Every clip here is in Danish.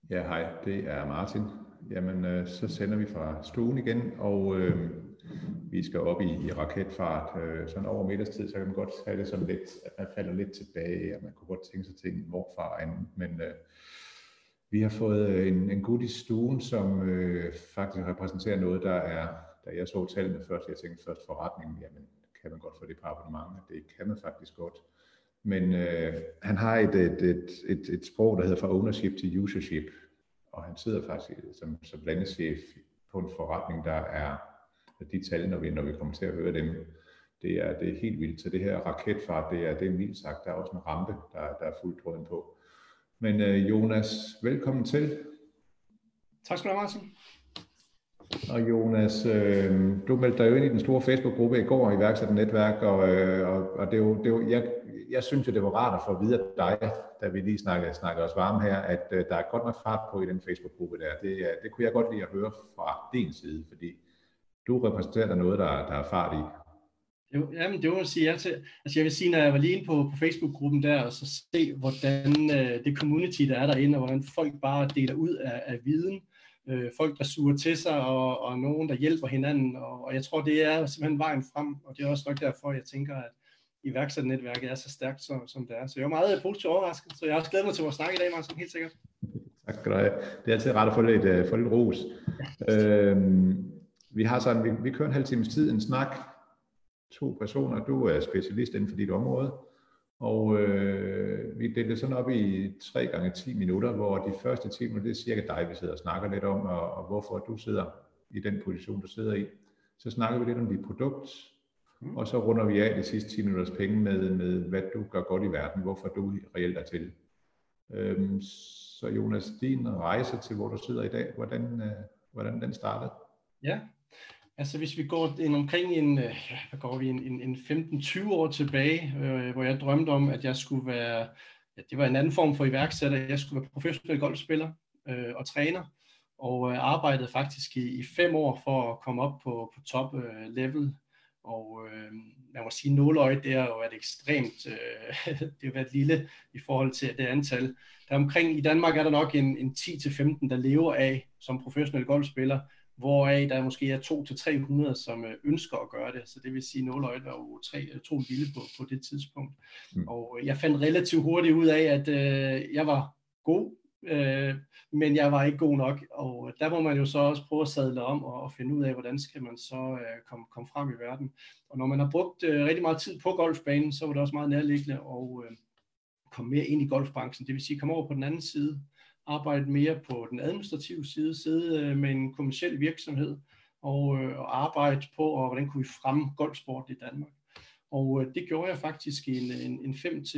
Ja, hej, det er Martin. Jamen, så sender vi fra stuen igen, og vi skal op i raketfart. Sådan over middagstid, så kan man godt have det sådan lidt, at man falder lidt tilbage, og man kunne godt tænke sig ting hvorfra og andet. Men vi har fået en gut i stuen, som faktisk repræsenterer noget, da jeg så tallene først, jeg tænkte først forretningen, jamen kan man godt få det på abonnement? Det kan man faktisk godt. Men han har et sprog, der hedder fra ownership til usership, og han sidder faktisk som landeschef på en forretning, der er de tal, når vi kommer til at høre dem, det er helt vildt. Så det her raketfart, det er mildt sagt. Der er også en rampe, der er fuldt tråden på. Men Jonas, velkommen til. Tak skal du have, Martin. Og Jonas, du meldte dig jo ind i den store Facebook-gruppe i går, iværksætternetværk, og det er jo jeg synes jo, det var rart at få at vide af dig, da vi lige snakkede os varme her, at der er godt nok fart på i den Facebook-gruppe der. Det kunne jeg godt lide at høre fra din side, fordi du repræsenterer der noget, der er fart i. Jo, jamen det må jeg sige ja til. Altså jeg vil sige, når jeg var lige inde på Facebook-gruppen der, og så se, hvordan det community, der er derinde, og hvordan folk bare deler ud af viden. Folk, der suger til sig, og nogen, der hjælper hinanden. Og jeg tror, det er simpelthen vejen frem, og det er også nok derfor, jeg tænker, at iværksætternetværket er så stærkt, som det er. Så jeg er meget positivt overrasket, så jeg har også glædet mig til vores snak i dag, Martin, helt sikkert. Tak skal du have. Det er altid rart at få lidt ros. Vi har sådan, vi kører en halv times tid, en snak, 2 personer. Du er specialist inden for dit område, og vi deler sådan op i 3 gange 10 minutter, hvor de første 10 minutter, det er cirka dig, vi sidder og snakker lidt om, og hvorfor du sidder i den position, du sidder i. Så snakker vi lidt om dit produkt, og så runder vi af de sidste 10 minutters penge med hvad du gør godt i verden, hvorfor du reelt er til. Så Jonas, din rejse til hvor du sidder i dag, hvordan den startede? Ja, altså hvis vi går omkring en 15-20 år tilbage, hvor jeg drømte om, at jeg skulle være, det var en anden form for iværksætter, jeg skulle være professionel golfspiller og træner, og arbejdede faktisk i 5 år for at komme op på top level. Og man må sige, nåleøjet, det har jo været ekstremt, det har været lille i forhold til det antal. Der omkring i Danmark er der nok en 10-15, der lever af som professionel golfspiller, hvoraf der måske er 200-300, som ønsker at gøre det. Så det vil sige, at nåleøjet var jo utroligt lille på det tidspunkt. Og jeg fandt relativt hurtigt ud af, at jeg var god, men jeg var ikke god nok, og der må man jo så også prøve at sadle om og finde ud af, hvordan skal man så komme frem i verden. Og når man har brugt rigtig meget tid på golfbanen, så var det også meget nærliggende at komme mere ind i golfbranchen, det vil sige komme over på den anden side, arbejde mere på den administrative side, sidde med en kommerciel virksomhed og arbejde på, hvordan kunne vi fremme golfsport i Danmark. Og det gjorde jeg faktisk i en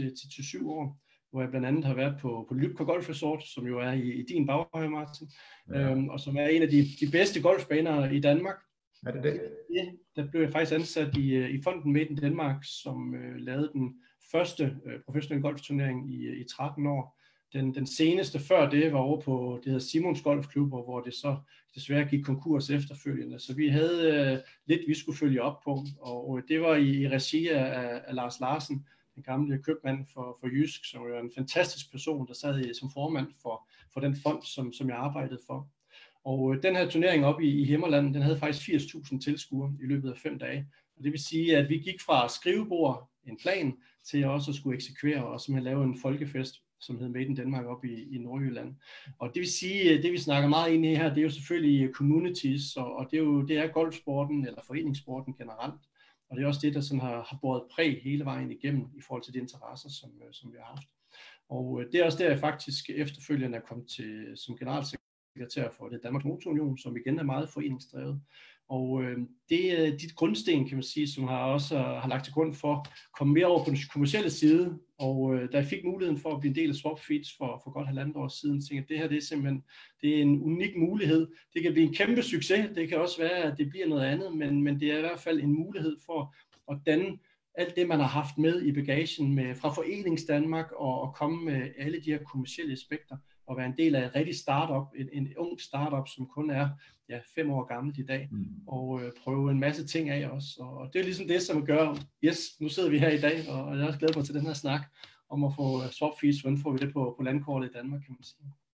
5-7 år, hvor jeg blandt andet har været på Lybko Golf Resort, som jo er i din baghøj, Martin, og som er en af de bedste golfbaner i Danmark. Er det det? Ja, der blev jeg faktisk ansat i fonden Made in Denmark, som lavede den første professionelle golfturnering i 13 år. Den seneste før det var over på det hedder Simons Golfklub, hvor det så desværre gik konkurs efterfølgende. Så vi havde lidt, vi skulle følge op på, og det var i regi af Lars Larsen, den gamle købmand for Jysk, som er en fantastisk person, der sad som formand for den fond, som jeg arbejdede for. Og den her turnering op i Himmerland, den havde faktisk 80.000 tilskuere i løbet af 5 dage. Og det vil sige, at vi gik fra skrivebord, en plan, til også at skulle eksekvere og simpelthen lave en folkefest, som hed Made in Denmark op i Nordjylland. Og det vil sige, det vi snakker meget ind i her, det er jo selvfølgelig communities, og det er golfsporten eller foreningssporten generelt. Og det er også det, der sådan har båret præg hele vejen igennem i forhold til de interesser, som vi har haft. Og det er også der, jeg faktisk efterfølgende er kommet til som generalsekretær for det Danmarks Motorunion, som igen er meget foreningsdrevet. Og det er dit grundsten, kan man sige, som har lagt til grund for at komme mere over på den kommercielle side. Og da jeg fik muligheden for at blive en del af SwapFeeds for godt 1,5 år siden, tænkte jeg, at det her det er simpelthen en unik mulighed. Det kan blive en kæmpe succes, det kan også være, at det bliver noget andet, men det er i hvert fald en mulighed for at danne alt det, man har haft med i bagagen fra Forenings Danmark og komme med alle de her kommercielle aspekter og være en del af et rigtig startup, en ung startup, som kun er 5 år gammelt i dag, og prøve en masse ting af os. Og det er ligesom det, som gør, nu sidder vi her i dag, og jeg har også glædet mig til den her snak om at få SwapFeeds, hvordan får vi det på landkortet i Danmark, kan man sige.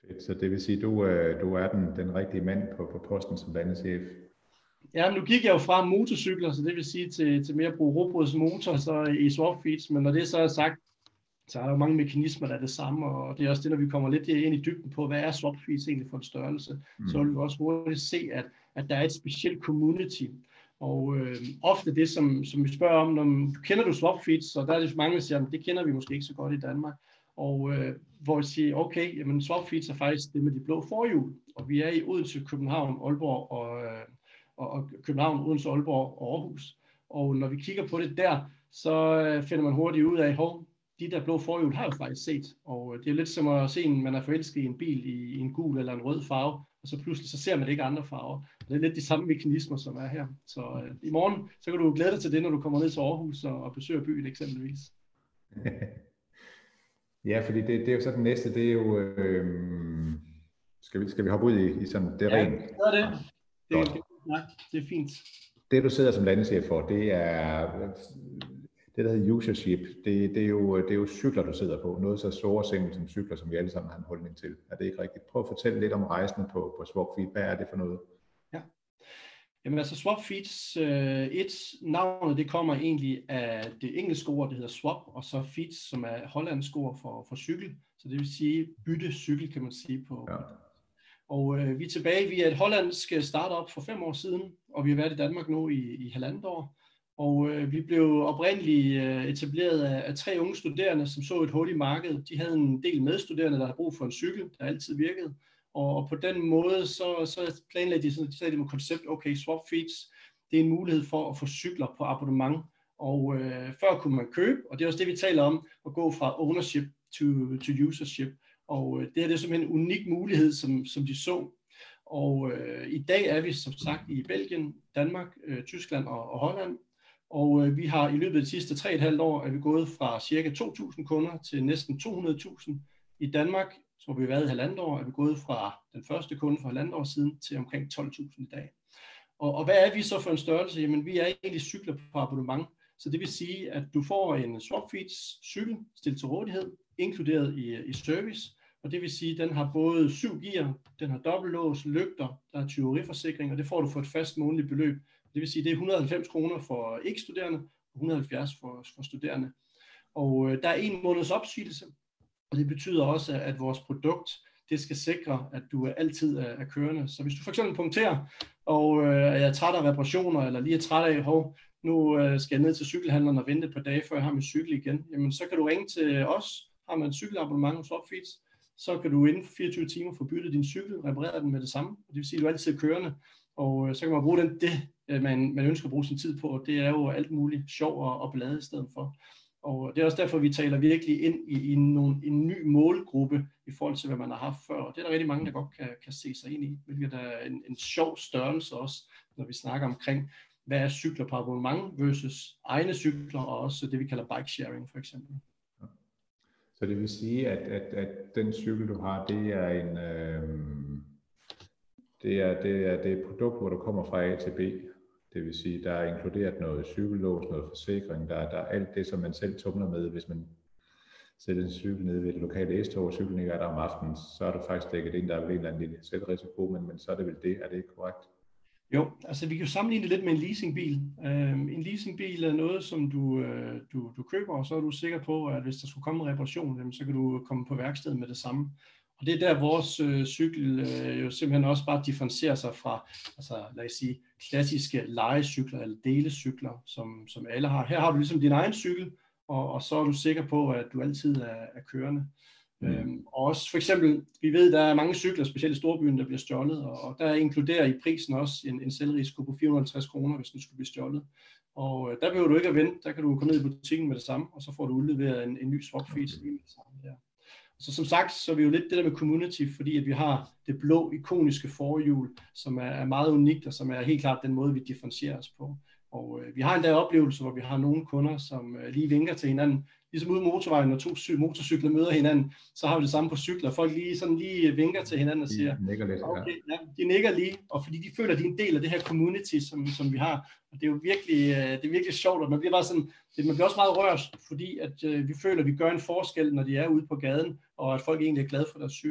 Fedt. Så det vil sige, du er den rigtige mand på posten som landeschef. Ja, men nu gik jeg jo fra motorcykler, så det vil sige til mere at bruge robotsmotor så i swapfeeds, men når det så er sagt, så er der jo mange mekanismer, der er det samme, og det er også det, når vi kommer lidt ind i dybden på, hvad er swapfeeds egentlig for en størrelse, så vil vi også hurtigt se, at der er et specielt community. Og ofte det, som vi spørger om, når kender du swapfeeds, så der er det mange, der siger, at det kender vi måske ikke så godt i Danmark. Og hvor jeg siger, okay, jamen swapfeeds er faktisk det med de blå forhjul, og vi er i Odense, København, Aalborg og København, Odense, Aalborg og Aarhus. Og når vi kigger på det der, så finder man hurtigt ud af, at de der blå forhjul har jeg faktisk set. Og det er lidt som at se, man er forelsket i en bil i en gul eller en rød farve, og så pludselig så ser man ikke andre farver. Og det er lidt de samme mekanismer, som er her. Så i morgen, så kan du glæde dig til det, når du kommer ned til Aarhus og besøger byen eksempelvis. Ja, fordi det er jo så den næste, det er jo... Skal vi hoppe ud i sådan det rent? Ja, det er fint. Det du sidder som landeschef for, det er det, der hedder usership. Det er jo cykler, du sidder på. Noget så store simpelt som cykler, som vi alle sammen har en holdning til. Er det ikke rigtigt? Prøv at fortælle lidt om rejsen på Swapfeed. Hvad er det for noget? Ja. Jamen altså Swapfeeds, navnet det kommer egentlig af det engelske ord, det hedder swap, og så feeds, som er hollandsk ord for cykel. Så det vil sige bytte cykel, kan man sige på. Ja. Og vi er tilbage. Vi er et hollandsk startup for 5 år siden, og vi har været i Danmark nu i 1,5 år. Og vi blev oprindeligt etableret af 3 unge studerende, som så et hul i markedet. De havde en del medstuderende, der havde brug for en cykel, der altid virkede. Og på den måde, så planlagde de sådan et koncept, okay, swapfeeds, det er en mulighed for at få cykler på abonnement. Og før kunne man købe, og det er også det, vi taler om, at gå fra ownership to usership. Og det er simpelthen en unik mulighed, som de så. Og i dag er vi som sagt i Belgien, Danmark, Tyskland og Holland. Og vi har i løbet af de sidste 3,5 år, er vi gået fra ca. 2.000 kunder til næsten 200.000. I Danmark, så har vi været i 1,5 år, er vi gået fra den første kunde for 1,5 år siden til omkring 12.000 i dag. Og hvad er vi så for en størrelse? Jamen vi er egentlig cykler på abonnement. Så det vil sige, at du får en Swapfeeds cykel stillet til rådighed, inkluderet i service. Og det vil sige, at den har både 7 gear, den har dobbeltlås, lygter, der er tyveriforsikring, og det får du for et fast månedligt beløb. Det vil sige, at det er 190 kroner for ikke-studerende og 170 for studerende. Og der er 1 måneds opsigelse, og det betyder også, at vores produkt, det skal sikre, at du altid er kørende. Så hvis du for eksempel punkterer, og er træt af reparationer, eller lige er træt af, nu skal jeg ned til cykelhandleren og vente et par dage, før jeg har min cykel igen, jamen så kan du ringe til os, har man et cykelabonnement hos Swapfeeds, så kan du inden for 24 timer få byttet din cykel, reparere den med det samme, og det vil sige, at du altid er kørende, og så kan man bruge det man ønsker at bruge sin tid på, og det er jo alt muligt sjov og ballade i stedet for. Og det er også derfor, vi taler virkelig ind i en ny målgruppe i forhold til, hvad man har haft før. Og det er der rigtig mange, der godt kan se sig ind i, hvilket er en sjov størrelse også, når vi snakker omkring, hvad er cykler på abonnement versus egne cykler, og også det, vi kalder bike sharing for eksempel. Så det vil sige, at den cykel, du har, det er et produkt, hvor du kommer fra A til B. Det vil sige, der er inkluderet noget cykellås, noget forsikring, der er alt det, som man selv tumler med, hvis man sætter en cykel nede ved det lokale S-tog, og cyklen ikke er der om aftenen, så er du faktisk dækket ind, der er vel en eller anden lille selvrisiko, men så er det vel det, er det ikke korrekt? Jo, altså vi kan jo sammenligne det lidt med en leasingbil. En leasingbil er noget, som du køber, og så er du sikker på, at hvis der skulle komme en reparation, så kan du komme på værkstedet med det samme. Og det er der, vores cykel jo simpelthen også bare differentierer sig fra, altså lad os sige, klassiske legecykler eller delecykler, som alle har. Her har du ligesom din egen cykel, og så er du sikker på, at du altid er kørende. Og også for eksempel, vi ved, der er mange cykler, specielt i storbyen, der bliver stjålet, og der inkluderer i prisen også en selvrisiko på 450 kroner, hvis den skulle blive stjålet. Og der behøver du ikke at vente, der kan du komme ned i butikken med det samme, og så får du udleveret en ny Swapfeeds med det samme der. Så som sagt, så er vi jo lidt det der med community, fordi at vi har det blå ikoniske forhjul, som er meget unikt, og som er helt klart den måde, vi differentierer os på. Og vi har endda oplevelser, hvor vi har nogle kunder, som lige vinker til hinanden. Ligesom ude motorvejen, når 2 motorcykler møder hinanden, så har vi det samme på cykler. Folk lige vinker til hinanden og siger, okay, ja, de nikker lige, og fordi de føler, at de er en del af det her community, som vi har. Og det er jo virkelig sjovt, og man bliver bare sådan, man bliver også meget rørt, fordi at vi føler, at vi gør en forskel, når de er ude på gaden, og at folk egentlig er glade for deres cykel.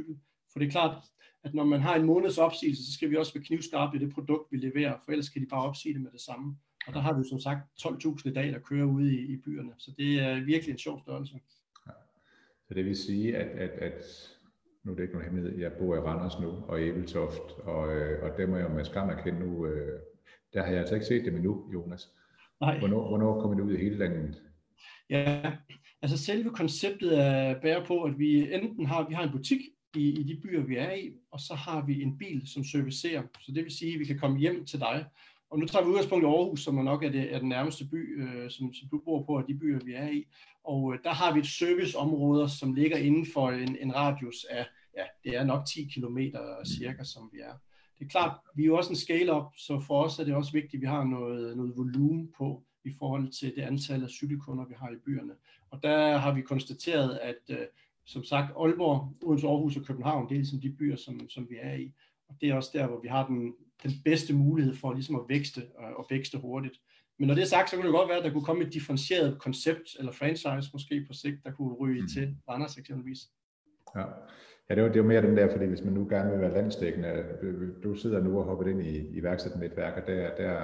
For det er klart, at når man har en måneds opsigelse, så skal vi også være knivskarpe i det produkt, vi leverer, for ellers kan de bare opsige det med det samme. Og der har vi som sagt 12.000 i dag, der kører ude i byerne. Så det er virkelig en sjov størrelse. Ja. Så det vil sige, at nu er det ikke nogen hemmelighed, jeg bor i Randers nu, og Ebeltoft, og det må jeg med skam erkende nu, der har jeg altså ikke set dem endnu, Jonas. Nej. Hvornår kommer det ud i hele landet? Ja, altså selve konceptet er bærer på, at vi enten har en butik i de byer, vi er i, og så har vi en bil, som servicerer. Så det vil sige, at vi kan komme hjem til dig. Og nu tager vi udgangspunkt i Aarhus, som nok er den nærmeste by, som du bor på, af de byer, vi er i. Og der har vi et serviceområde, som ligger inden for en radius af, ja, det er nok 10 kilometer cirka, som vi er. Det er klart, vi er jo også en scale-up, så for os er det også vigtigt, at vi har noget volumen på i forhold til det antal af cykelkunder, vi har i byerne. Og der har vi konstateret, at som sagt, Aalborg, Odense, Aarhus og København, det er ligesom de byer, som vi er i. Og det er også der, hvor vi har den bedste mulighed for ligesom at vækste hurtigt. Men når det er sagt, så kunne det godt være, at der kunne komme et differentieret koncept eller franchise måske på sigt, der kunne ryge til Randers eksempelvis. Ja, det var mere den der, fordi hvis man nu gerne vil være landsdækkende, du sidder nu og hopper ind i iværksætternetværk, og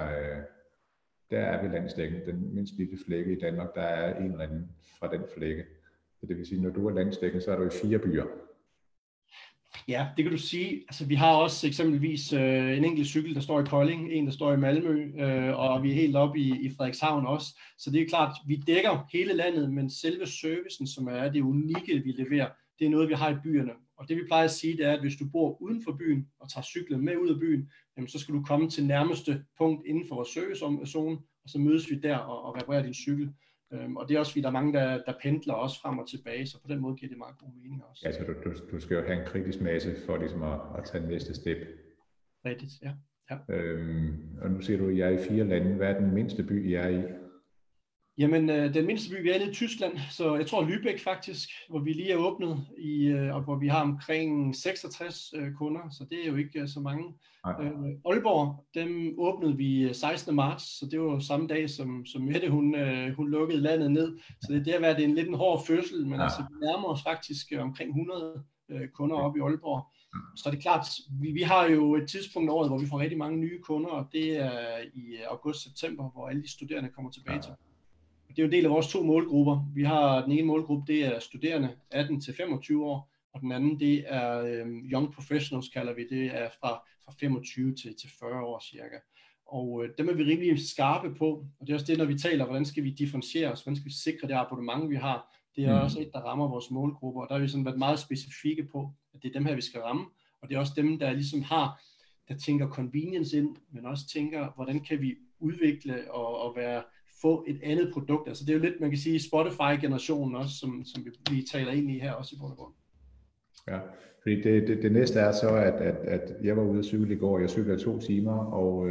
der er vi landsdækkende. Den mindst lille flække i Danmark, der er en eller anden fra den flække. Så det vil sige, når du er landsdækkende, så er du i 4 byer. Ja, det kan du sige. Altså, vi har også eksempelvis en enkelt cykel, der står i Kolding, en, der står i Malmø, og vi er helt oppe i Frederikshavn også. Så det er klart, vi dækker hele landet, men selve servicen, som er det unikke, vi leverer, det er noget, vi har i byerne. Og det vi plejer at sige, det er, at hvis du bor uden for byen og tager cyklen med ud af byen, jamen, så skal du komme til nærmeste punkt inden for vores servicezone, og så mødes vi der og reparerer din cykel. Og det er også fordi, der er mange, der pendler også frem og tilbage, så på den måde giver det meget god mening også. Ja, så du skal jo have en kritisk masse for ligesom at tage næste step. Rigtigt, ja. Og nu siger du, at I er i 4 lande. Hvad er den mindste by, I er i? Jamen, den mindste by, vi er i Tyskland, så jeg tror Lübeck faktisk, hvor vi lige er åbnet, og hvor vi har omkring 66 kunder, så det er jo ikke så mange. Aalborg, dem åbnede vi 16. marts, så det var jo samme dag, som Mette, hun lukkede landet ned. Så det har været lidt en hård fødsel, men altså, vi nærmer os faktisk omkring 100 kunder op i Aalborg. Så det er klart, vi har jo et tidspunkt i året, hvor vi får rigtig mange nye kunder, og det er i august-september, hvor alle de studerende kommer tilbage til. Det er jo en del af vores 2 målgrupper. Vi har den ene målgruppe, det er studerende 18-25 år, og den anden, det er young professionals, kalder vi det, er fra 25 til 40 år cirka. Og dem er vi rimelig skarpe på, og det er også det, når vi taler, hvordan skal vi differentiere os, hvordan skal vi sikre det abonnement, vi har. Det er også et, der rammer vores målgrupper, og der har vi sådan været meget specifikke på, at det er dem her, vi skal ramme, og det er også dem, der ligesom der tænker convenience ind, men også tænker, hvordan kan vi udvikle og få et andet produkt. Altså det er jo lidt, man kan sige, Spotify-generationen også, som vi taler ind i her også i bund og grund. Ja, fordi det næste er så, at jeg var ude at cykle i går, jeg cyklede 2 timer, og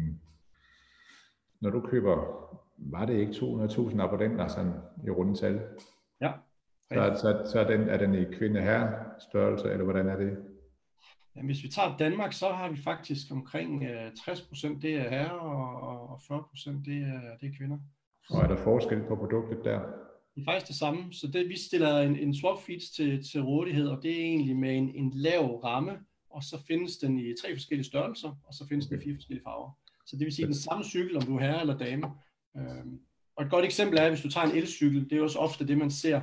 når du køber, var det ikke 200.000 abonnenter sådan i rundetal? Ja. Så er den i kvinde-herre størrelse, eller hvordan er det? Jamen, hvis vi tager Danmark, så har vi faktisk omkring 60% det er herrer, og 40% det er kvinder. Og er der forskel på produktet der? Det er faktisk det samme. Så vi stiller en swap feeds til rådighed, og det er egentlig med en lav ramme, og så findes den i 3 forskellige størrelser, og så findes den i 4 forskellige farver. Så det vil sige den samme cykel, om du er herre eller dame. Og et godt eksempel er, hvis du tager en elcykel, det er også ofte det, man ser,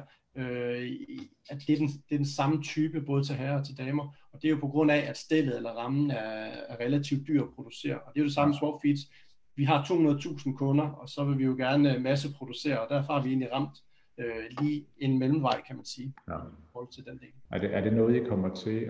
at det er den samme type, både til herrer og til damer, og det er jo på grund af, at stellet eller rammen er relativt dyr at producere, og det er jo det samme swap feeds. Vi har 200.000 kunder, og så vil vi jo gerne masseproducere, og derfor har vi egentlig ramt lige en mellemvej, kan man sige, i forhold til den del. Er det noget, I kommer til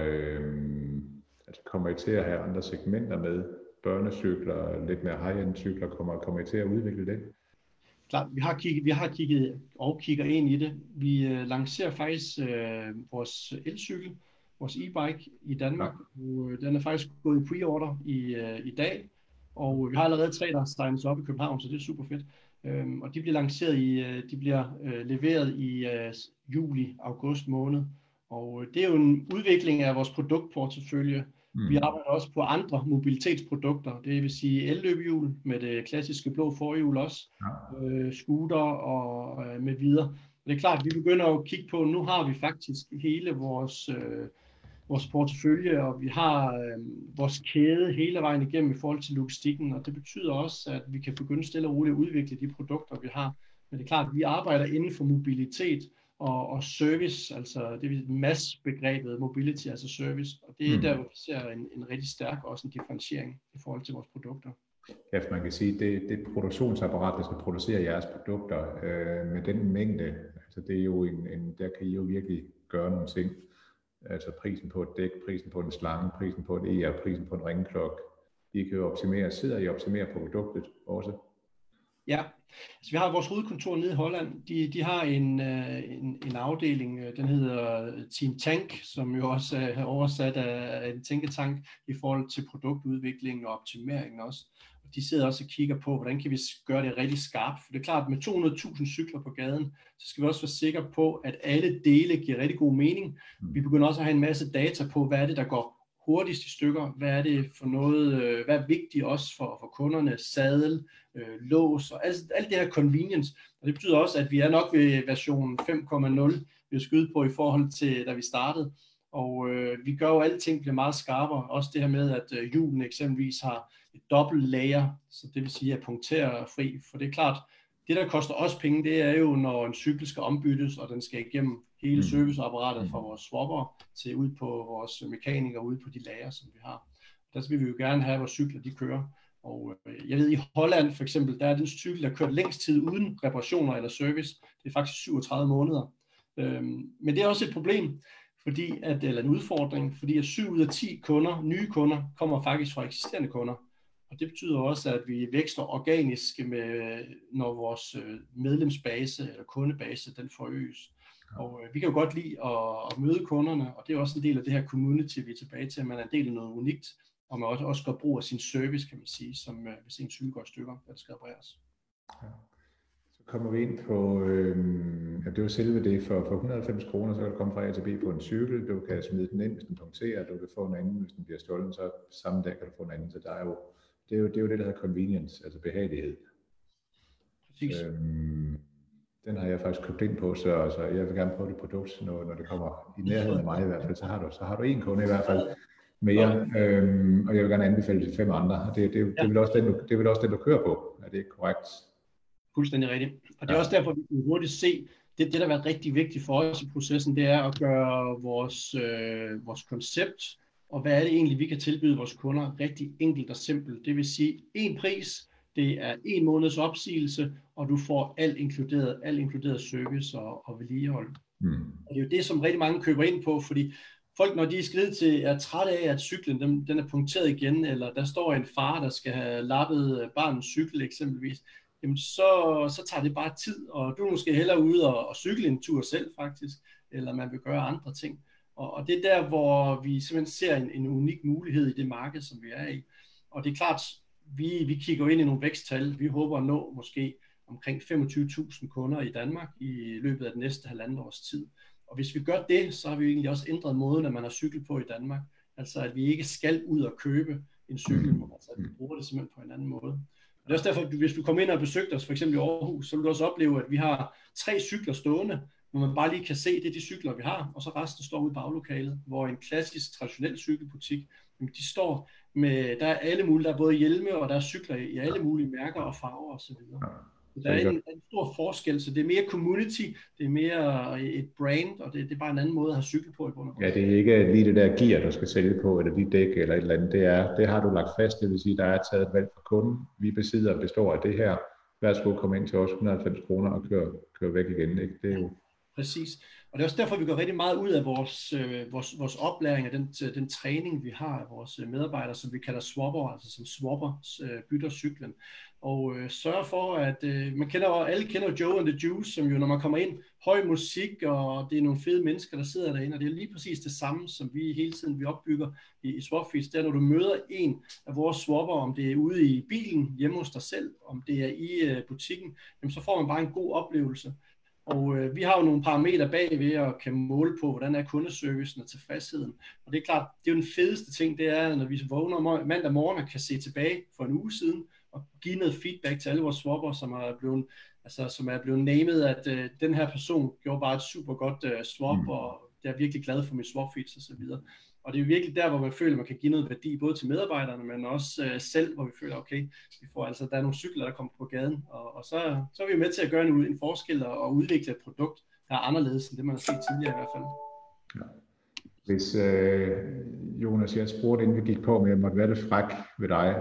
at have andre segmenter med? Børnecykler, lidt mere high-end cykler, kommer I til at udvikle det? Klart, vi har kigget og kigger ind i det. Vi lancerer faktisk vores elcykel, vores e-bike i Danmark. Og den er faktisk gået i pre-order i dag, og vi har allerede 3, der signes op i København, så det er super fedt. Og de bliver lanceret leveret i juli-august måned. Og det er jo en udvikling af vores produktportefølje. Vi arbejder også på andre mobilitetsprodukter, det vil sige elløbehjul med det klassiske blå forhjul også, scooter og med videre. Det er klart, at vi begynder at kigge på, nu har vi faktisk hele vores vores portefølje, og vi har vores kæde hele vejen igennem i forhold til logistikken, og det betyder også, at vi kan begynde stille og roligt at udvikle de produkter, vi har. Men det er klart, at vi arbejder inden for mobilitet og service, altså det er massbegrebet mobility, altså service, og det er der, hvor vi ser en rigtig stærk også en differentiering i forhold til vores produkter. Ja, for man kan sige, det produktionsapparat, der skal producere jeres produkter med den mængde, altså det er jo der kan I jo virkelig gøre nogle ting. Altså prisen på et dæk, prisen på en slange, prisen på et ER, prisen på en ringklokke. I kan jo optimere, sidder I og optimerer produktet også? Ja, altså vi har vores hovedkontor nede i Holland. De har en afdeling, den hedder Team Tank, som jo også er oversat af en tænketank i forhold til produktudvikling og optimering også. De sidder også og kigger på, hvordan kan vi gøre det rigtig skarpt. For det er klart, at med 200.000 cykler på gaden, så skal vi også være sikre på, at alle dele giver rigtig god mening. Vi begynder også at have en masse data på, hvad er det, der går hurtigst i stykker, hvad er det for noget, hvad er vigtigt også for kunderne, sadel, lås og alt det her convenience. Og det betyder også, at vi er nok ved version 5.0, vi har skydet på i forhold til, da vi startede. Og vi gør jo alting bliver meget skarpere. Også det her med, at hjulene eksempelvis har et dobbelt lager, så det vil sige at punktere fri. For det er klart, det der koster os penge, det er jo, når en cykel skal ombyttes, og den skal igennem hele serviceapparatet fra vores swapper til ud på vores mekanikere, ud på de lager, som vi har. Der vil vi jo gerne have, at vores cykler de kører. Og jeg ved, i Holland for eksempel, der er den cykel, der kørt længst tid uden reparationer eller service. Det er faktisk 37 måneder. Men det er også et problem, eller en udfordring, fordi at 7 ud af 10 kunder, nye kunder, kommer faktisk fra eksisterende kunder. Og det betyder også, at vi vækster organisk, når vores medlemsbase eller kundebase, den forøges. Og vi kan jo godt lide at møde kunderne, og det er også en del af det her community, vi er tilbage til, at man er en del af noget unikt, og man også gør brug af sin service, kan man sige, som hvis en cykel går i stykker, der skal repareres. Ja. Så kommer vi ind på, det er jo selve det, for 190 kroner, så kan du komme fra A til B på en cykel, du kan smide den ind, hvis den punkterer, du kan få en anden, hvis den bliver stjålet, så samme dag kan du få en anden, så der er jo, det er jo det, der hedder convenience, altså behagelighed. Præcis. Den har jeg faktisk købt ind på, så jeg vil gerne prøve det produkt, når det kommer i nærheden af mig i hvert fald, så har du en kunde i hvert fald mere, og jeg vil gerne anbefale det til 5 andre. Det er vel også den, du kører på, er det ikke korrekt? Fuldstændig rigtigt. Og det er også derfor, vi kan hurtigt se, det der har været rigtig vigtigt for os i processen, det er at gøre vores koncept, og hvad er det egentlig, vi kan tilbyde vores kunder, rigtig enkelt og simpelt. Det vil sige, en pris, det er 1 måneds opsigelse, og du får alt inkluderet service og vedligehold. Og det er jo det, som rigtig mange køber ind på, fordi folk, når de er skridt til, er trætte af, at cyklen den er punkteret igen, eller der står en far, der skal have lappet barnets cykel eksempelvis, jamen så tager det bare tid, og du er måske hellere ude og cykle en tur selv faktisk, eller man vil gøre andre ting. Og det er der, hvor vi simpelthen ser en unik mulighed i det marked, som vi er i. Og det er klart, vi kigger ind i nogle væksttal. Vi håber at nå måske omkring 25.000 kunder i Danmark i løbet af det næste 1,5 års tid. Og hvis vi gør det, så har vi egentlig også ændret måden, at man har cykel på i Danmark. Altså at vi ikke skal ud og købe en cykel, altså at vi bruger det simpelthen på en anden måde. Og det er også derfor, at hvis du kommer ind og besøgte os, for eksempel i Aarhus, så vil du også opleve, at vi har 3 cykler stående, hvor man bare lige kan se, det er de cykler, vi har, og så resten står ude i baglokalet, hvor en klassisk, traditionel cykelbutik, de står med, der er alle mulige, der er både hjelme, og der er cykler i alle mulige mærker og farver osv. Så der er en stor forskel, så det er mere community, det er mere et brand, og det er bare en anden måde at have cykel på i bund og grund. Ja, det er ikke lige det der gear, du skal sælge på, eller de dæk eller et eller andet. Det har du lagt fast, det vil sige, der er taget et valg fra kunden. Vi består af det her. Værsgo, komme ind til os 190 kroner og køre væk igen. Ikke? Det er jo... Præcis. Og det er også derfor, vi går rigtig meget ud af vores oplæring af den træning, vi har af vores medarbejdere, som vi kalder swapper, altså som swapper bytter cyklen. Og sørger for, at alle kender Joe and the Juice, som jo, når man kommer ind, høj musik, og det er nogle fede mennesker, der sidder derinde, og det er lige præcis det samme, som vi hele tiden opbygger i SwapFeeds. Det er, når du møder en af vores swapper, om det er ude i bilen, hjemme hos dig selv, om det er i butikken, jamen, så får man bare en god oplevelse. Og vi har jo nogle parametre bagved og kan måle på, hvordan er kundeservicen og tilfredsheden. Og det er klart, det er jo den fedeste ting, det er, når vi vågner mandag morgen og kan se tilbage for en uge siden og give noget feedback til alle vores swapper, som er blevet named, at den her person gjorde bare et super godt swap, og jeg er virkelig glad for mit swap feeds og så videre. Og det er virkelig der, hvor man føler, at man kan give noget værdi, både til medarbejderne, men også selv, hvor vi føler, okay, vi får altså, der er nogle cykler, der kommer på gaden, og så er vi med til at gøre en forskel og udvikle et produkt, der er anderledes end det, man har set tidligere i hvert fald. Ja. Hvis Jonas, jeg spurgte, inden vi gik på, om jeg måtte være lidt fræk ved dig.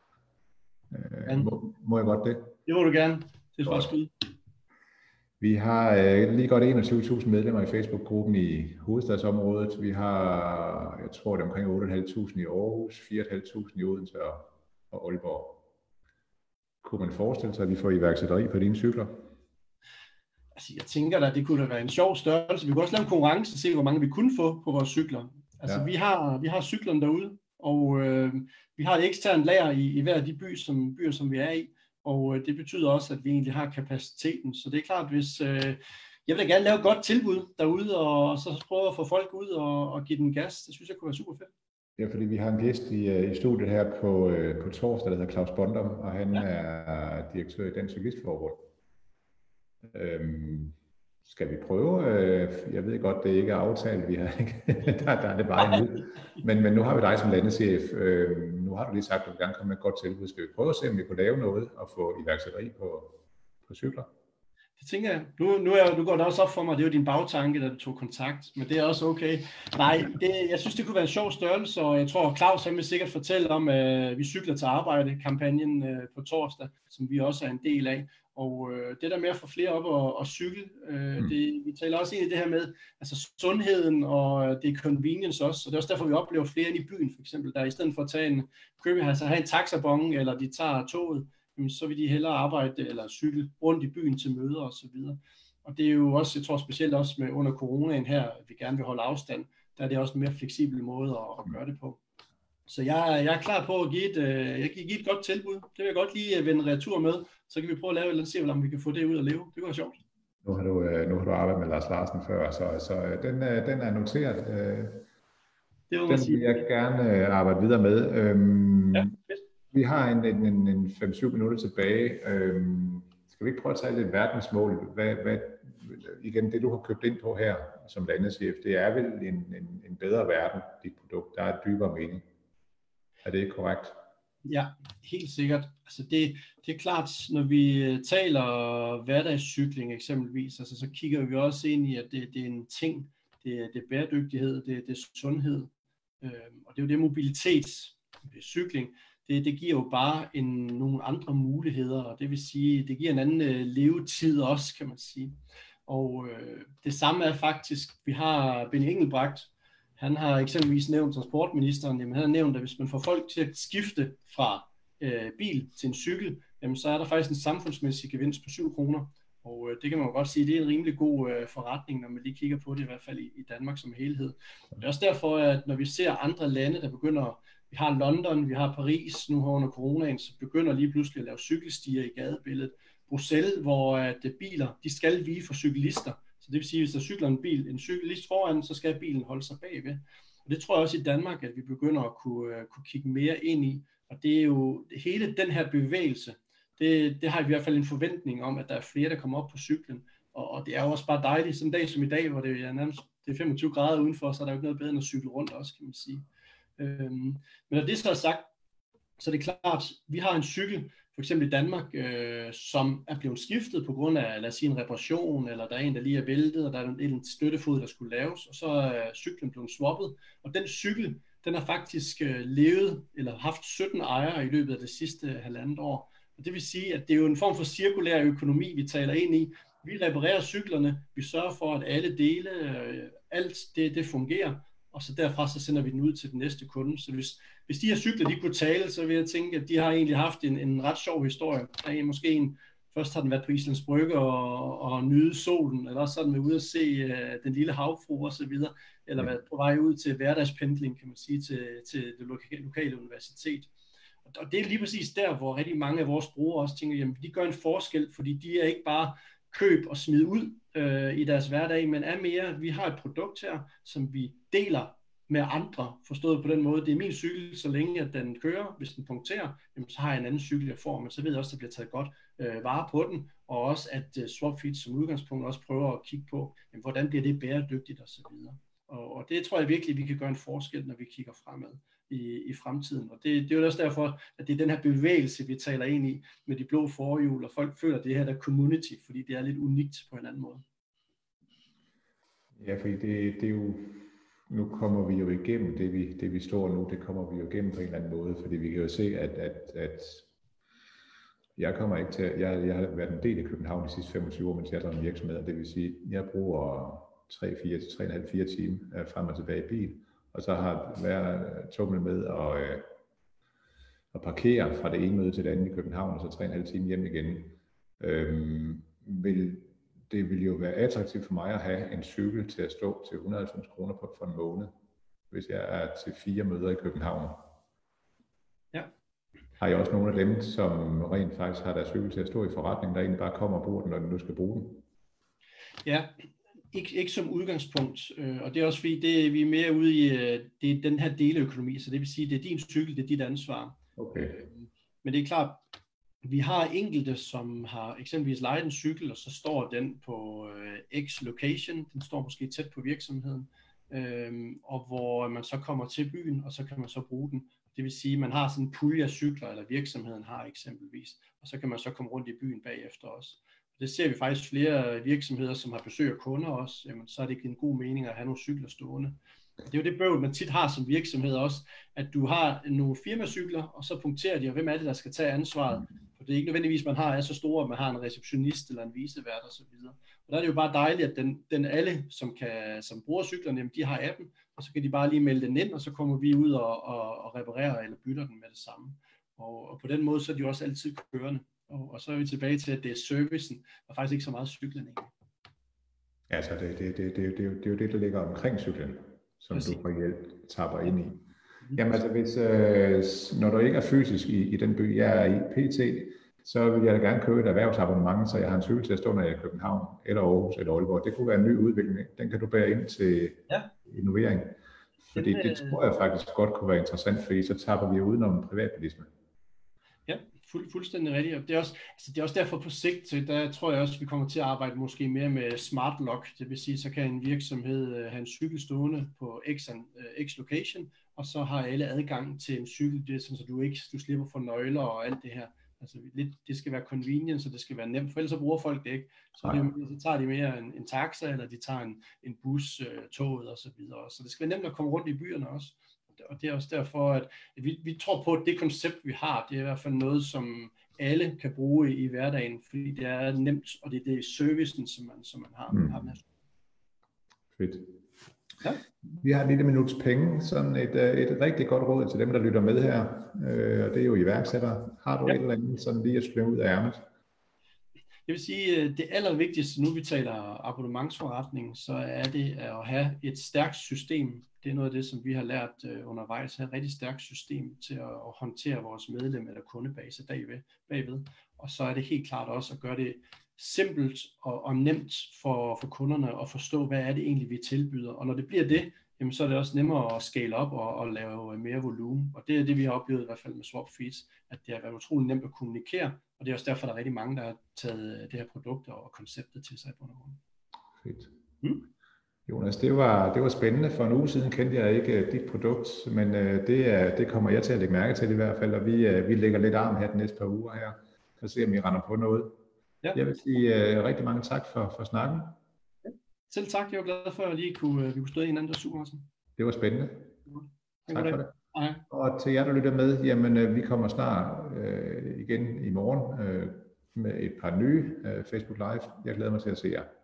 Må jeg godt det? Det må du gerne. Det er for skud. Vi har lige godt 21.000 medlemmer i Facebook-gruppen i hovedstadsområdet. Vi har, jeg tror det er omkring 8.500 i Aarhus, 4.500 i Odense og Aalborg. Kunne man forestille sig, at vi får iværksætteri på dine cykler? Altså, jeg tænker da, det kunne da være en sjov størrelse. Vi kunne også lave en konkurrence og se, hvor mange vi kunne få på vores cykler. Altså, ja. vi har cyklerne derude, og vi har et eksternt lager i hver af de byer, som vi er i. Og det betyder også, at vi egentlig har kapaciteten. Så det er klart, hvis jeg vil da gerne lave et godt tilbud derude, og så prøve at få folk ud og give den gas. Det synes jeg kunne være super fedt. Ja, fordi vi har en gæst i studiet her på torsdag, der hedder Claus Bondum, og han er direktør i Dansk Cyklistforbund. Skal vi prøve? Jeg ved godt, det ikke er aftalt, vi har ikke. der er det bare endnu. Men nu har vi dig som landeschef. Nu har du lige sagt, at du gerne komme med et godt tilbud. Skal vi prøve at se, om vi kunne lave noget og få iværksætteri på cykler? Det tænker jeg. Nu går det også op for mig, det er jo din bagtanke, da du tog kontakt, men det er også okay. Nej, jeg synes, det kunne være en sjov størrelse, og jeg tror, Claus han vil sikkert fortælle om, at vi cykler til arbejde-kampagnen på torsdag, som vi også er en del af. Og det der med at få flere op og cykle, vi taler også ind i det her med altså sundheden, og det er convenience også, og det er også derfor, vi oplever flere ind i byen, for eksempel, der i stedet for at tage have en taxabon, eller de tager toget, så vil de hellere arbejde eller cykle rundt i byen til møder og så videre. Og det er jo også, jeg tror specielt også med under coronaen her, at vi gerne vil holde afstand, der er det også en mere fleksibel måde at gøre det på. Så jeg er klar på at give et godt tilbud. Det vil jeg godt lige vende retur med, så kan vi prøve at lave et eller andet, se om vi kan få det ud at leve. Det kunne være sjovt. Nu har du arbejdet med Lars Larsen før, så den er noteret. Det vil jeg gerne arbejde videre med. Ja, fedt. Vi har en 5-7 minutter tilbage. Skal vi ikke prøve at tage lidt verdensmål? Hvad, igen, det du har købt ind på her som landeschef, det er vel en bedre verden, dit produkt. Der er et dybere mening. Er det ikke korrekt? Ja, helt sikkert. Altså det er klart, når vi taler hverdagscykling eksempelvis, altså så kigger vi også ind i, at det er en ting. Det er bæredygtighed, det er sundhed, og det er jo det mobilitetscykling. Det giver jo bare nogle andre muligheder, og det vil sige, det giver en anden levetid også, kan man sige. Og det samme er faktisk, vi har Benny Engelbrecht, han har eksempelvis nævnt transportministeren, jamen han har nævnt, at hvis man får folk til at skifte fra bil til en cykel, jamen så er der faktisk en samfundsmæssig gevinst på 7 kroner. Og det kan man jo godt sige, det er en rimelig god forretning, når man lige kigger på det, i hvert fald i Danmark som helhed. Og det er også derfor, at når vi ser andre lande, der begynder, vi har London, vi har Paris, nu under coronaen, så begynder lige pludselig at lave cykelstier i gadebilledet. Bruxelles, hvor at biler, de skal vige for cyklister. Så det vil sige, at hvis der cykler en cyklist foran, så skal bilen holde sig bagved. Og det tror jeg også i Danmark, at vi begynder at kunne kigge mere ind i. Og det er jo hele den her bevægelse, det har i hvert fald en forventning om, at der er flere, der kommer op på cyklen. Og det er jo også bare dejligt, sådan en dag som i dag, hvor det er nærmest det er 25 grader udenfor, så er der jo ikke noget bedre end at cykle rundt også, kan man sige. Men når det så er sagt, så er det klart, at vi har en cykel, for eksempel i Danmark, som er blevet skiftet på grund af, lad os sige, en reparation, eller der er en, der lige er væltet, og der er en støttefod, der skulle laves, og så er cyklen blevet swappet. Og den cykel, den har faktisk levet, eller haft 17 ejere i løbet af det sidste 1,5 år. Og det vil sige, at det er jo en form for cirkulær økonomi, vi taler ind i. Vi reparerer cyklerne, vi sørger for, at alle dele, alt det fungerer, og så derfra så sender vi den ud til den næste kunde. Så hvis de her cykler, de kunne tale, så vil jeg tænke, at de har egentlig haft en ret sjov historie. Der er måske først har den været på Islands Brygge og nyde solen, eller også har den været ude at se den lille havfrue og så videre, eller været på vej ud til hverdagspendling, kan man sige, til det lokale universitet. Og det er lige præcis der, hvor rigtig mange af vores brugere også tænker, jamen de gør en forskel, fordi de er ikke bare køb og smid ud i deres hverdag, men er mere, vi har et produkt her, som vi deler med andre, forstået på den måde. Det er min cykel, så længe at den kører. Hvis den punkterer, jamen, så har jeg en anden cykel, jeg får, men så ved jeg også, at der bliver taget godt vare på den, og også at SwapFit som udgangspunkt også prøver at kigge på, jamen, hvordan bliver det bæredygtigt og så videre. Og det tror jeg virkelig, vi kan gøre en forskel, når vi kigger fremad i fremtiden. Og det er jo også derfor, at det er den her bevægelse, vi taler ind i med de blå forhjul, og folk føler, at det her der community, fordi det er lidt unikt på en anden måde. Ja, fordi det er jo, nu kommer vi jo igennem det vi står nu, det kommer vi jo igennem på en eller anden måde, fordi vi kan jo se, at jeg kommer ikke til, jeg har været en del i København de sidste 25 år, mens jeg har drevet en virksomhed, og det vil sige, at jeg bruger 3,5-4 timer frem og tilbage i bil, og så har været tumlet med at parkere fra det ene møde til det andet i København, og så 3,5 timer hjem igen. Det vil jo være attraktivt for mig at have en cykel til at stå til 190 kroner for en måned, hvis jeg er til 4 møder i København. Ja. Har jeg også nogle af dem, som rent faktisk har deres cykel til at stå i forretningen, der egentlig bare kommer og bruger den, når den nu skal bruge den? Ja, ikke som udgangspunkt, og det er også fordi, vi er mere ude i det er den her deleøkonomi, så det vil sige, det er din cykel, det er dit ansvar. Okay. Men det er klart, vi har enkelte, som har eksempelvis lejet en cykel, og så står den på X location, den står måske tæt på virksomheden, og hvor man så kommer til byen, og så kan man så bruge den. Det vil sige, at man har sådan en pulje af cykler, eller virksomheden har eksempelvis, og så kan man så komme rundt i byen bagefter også. Det ser vi faktisk flere virksomheder, som har besøg af kunder også, jamen, så er det ikke en god mening at have nogle cykler stående. Det er jo det bøvl, man tit har som virksomhed også, at du har nogle firmacykler, og så punkterer de, og hvem er det, der skal tage ansvaret? For det er ikke nødvendigvis, man er så store, at man har en receptionist eller en vicevært osv. Og der er det jo bare dejligt, at den alle, som bruger cyklerne, jamen, de har appen, og så kan de bare lige melde den ind, og så kommer vi ud og reparerer eller bytter den med det samme. Og på den måde, så er de jo også altid kørende. Og så er vi tilbage til, at det er servicen, og faktisk ikke så meget cyklen egentlig. Altså, det er jo det, der ligger omkring cyklen, som præcis. Du reelt tapper ind i. Jamen altså, når du ikke er fysisk i den by, jeg er i pt., så vil jeg da gerne købe et erhvervsabonnement, så jeg har en cykel til at stå, når jeg er i København, eller Aarhus, eller Aalborg. Det kunne være en ny udvikling. Den kan du bære ind til innovering. Fordi det tror jeg faktisk godt kunne være interessant, fordi så tapper vi udenom privatbilisme. Ja, fuldstændig rigtigt. Og det er også derfor på sigt, så der tror jeg også, at vi kommer til at arbejde måske mere med smart lock. Det vil sige, så kan en virksomhed have en cykel stående på X location, og så har alle adgang til en cykel, det er sådan, så du slipper for nøgler og alt det her. Altså det skal være convenient, så det skal være nemt, for ellers så bruger folk det ikke. Så tager de mere en taxa, eller de tager en bus, toget og så videre. Så det skal være nemt at komme rundt i byerne også. Og det er også derfor, at vi tror på, at det koncept, vi har, det er i hvert fald noget, som alle kan bruge i hverdagen, fordi det er nemt, og det er servicen, som man har. Fedt. Ja. Vi har et lille minuts penge, sådan et rigtig godt råd til dem, der lytter med her, og det er jo iværksættere. Har du et eller andet sådan lige at slå ud af ærmet? Jeg vil sige, det allervigtigste, nu vi taler abonnementsforretning, så er det at have et stærkt system. Det er noget af det, som vi har lært undervejs, at have et rigtig stærkt system til at håndtere vores medlem- eller kundebase bagved. Og så er det helt klart også at gøre det simpelt og nemt for kunderne at forstå, hvad er det egentlig, vi tilbyder. Og når det bliver det, jamen, så er det også nemmere at scale op og lave mere volumen. Og det er det, vi har oplevet i hvert fald med SwapFeeds, at det har været utroligt nemt at kommunikere, og det er også derfor, der er rigtig mange, der har taget det her produkt og konceptet til sig i bund og grund. Fedt. Jonas, det var spændende. For en uge siden kendte jeg ikke dit produkt, men det kommer jeg til at lægge mærke til i hvert fald, og vi lægger lidt arm her de næste par uger her, for at se, om I render på noget. Ja. Jeg vil sige rigtig mange tak for snakken. Ja. Selv tak, jeg var glad for, at vi kunne stå i en anden super. Det var spændende. Ja. Tak for det. Ja. Og til jer, der lytter med, jamen vi kommer snart igen i morgen med et par nye Facebook Live. Jeg glæder mig til at se jer.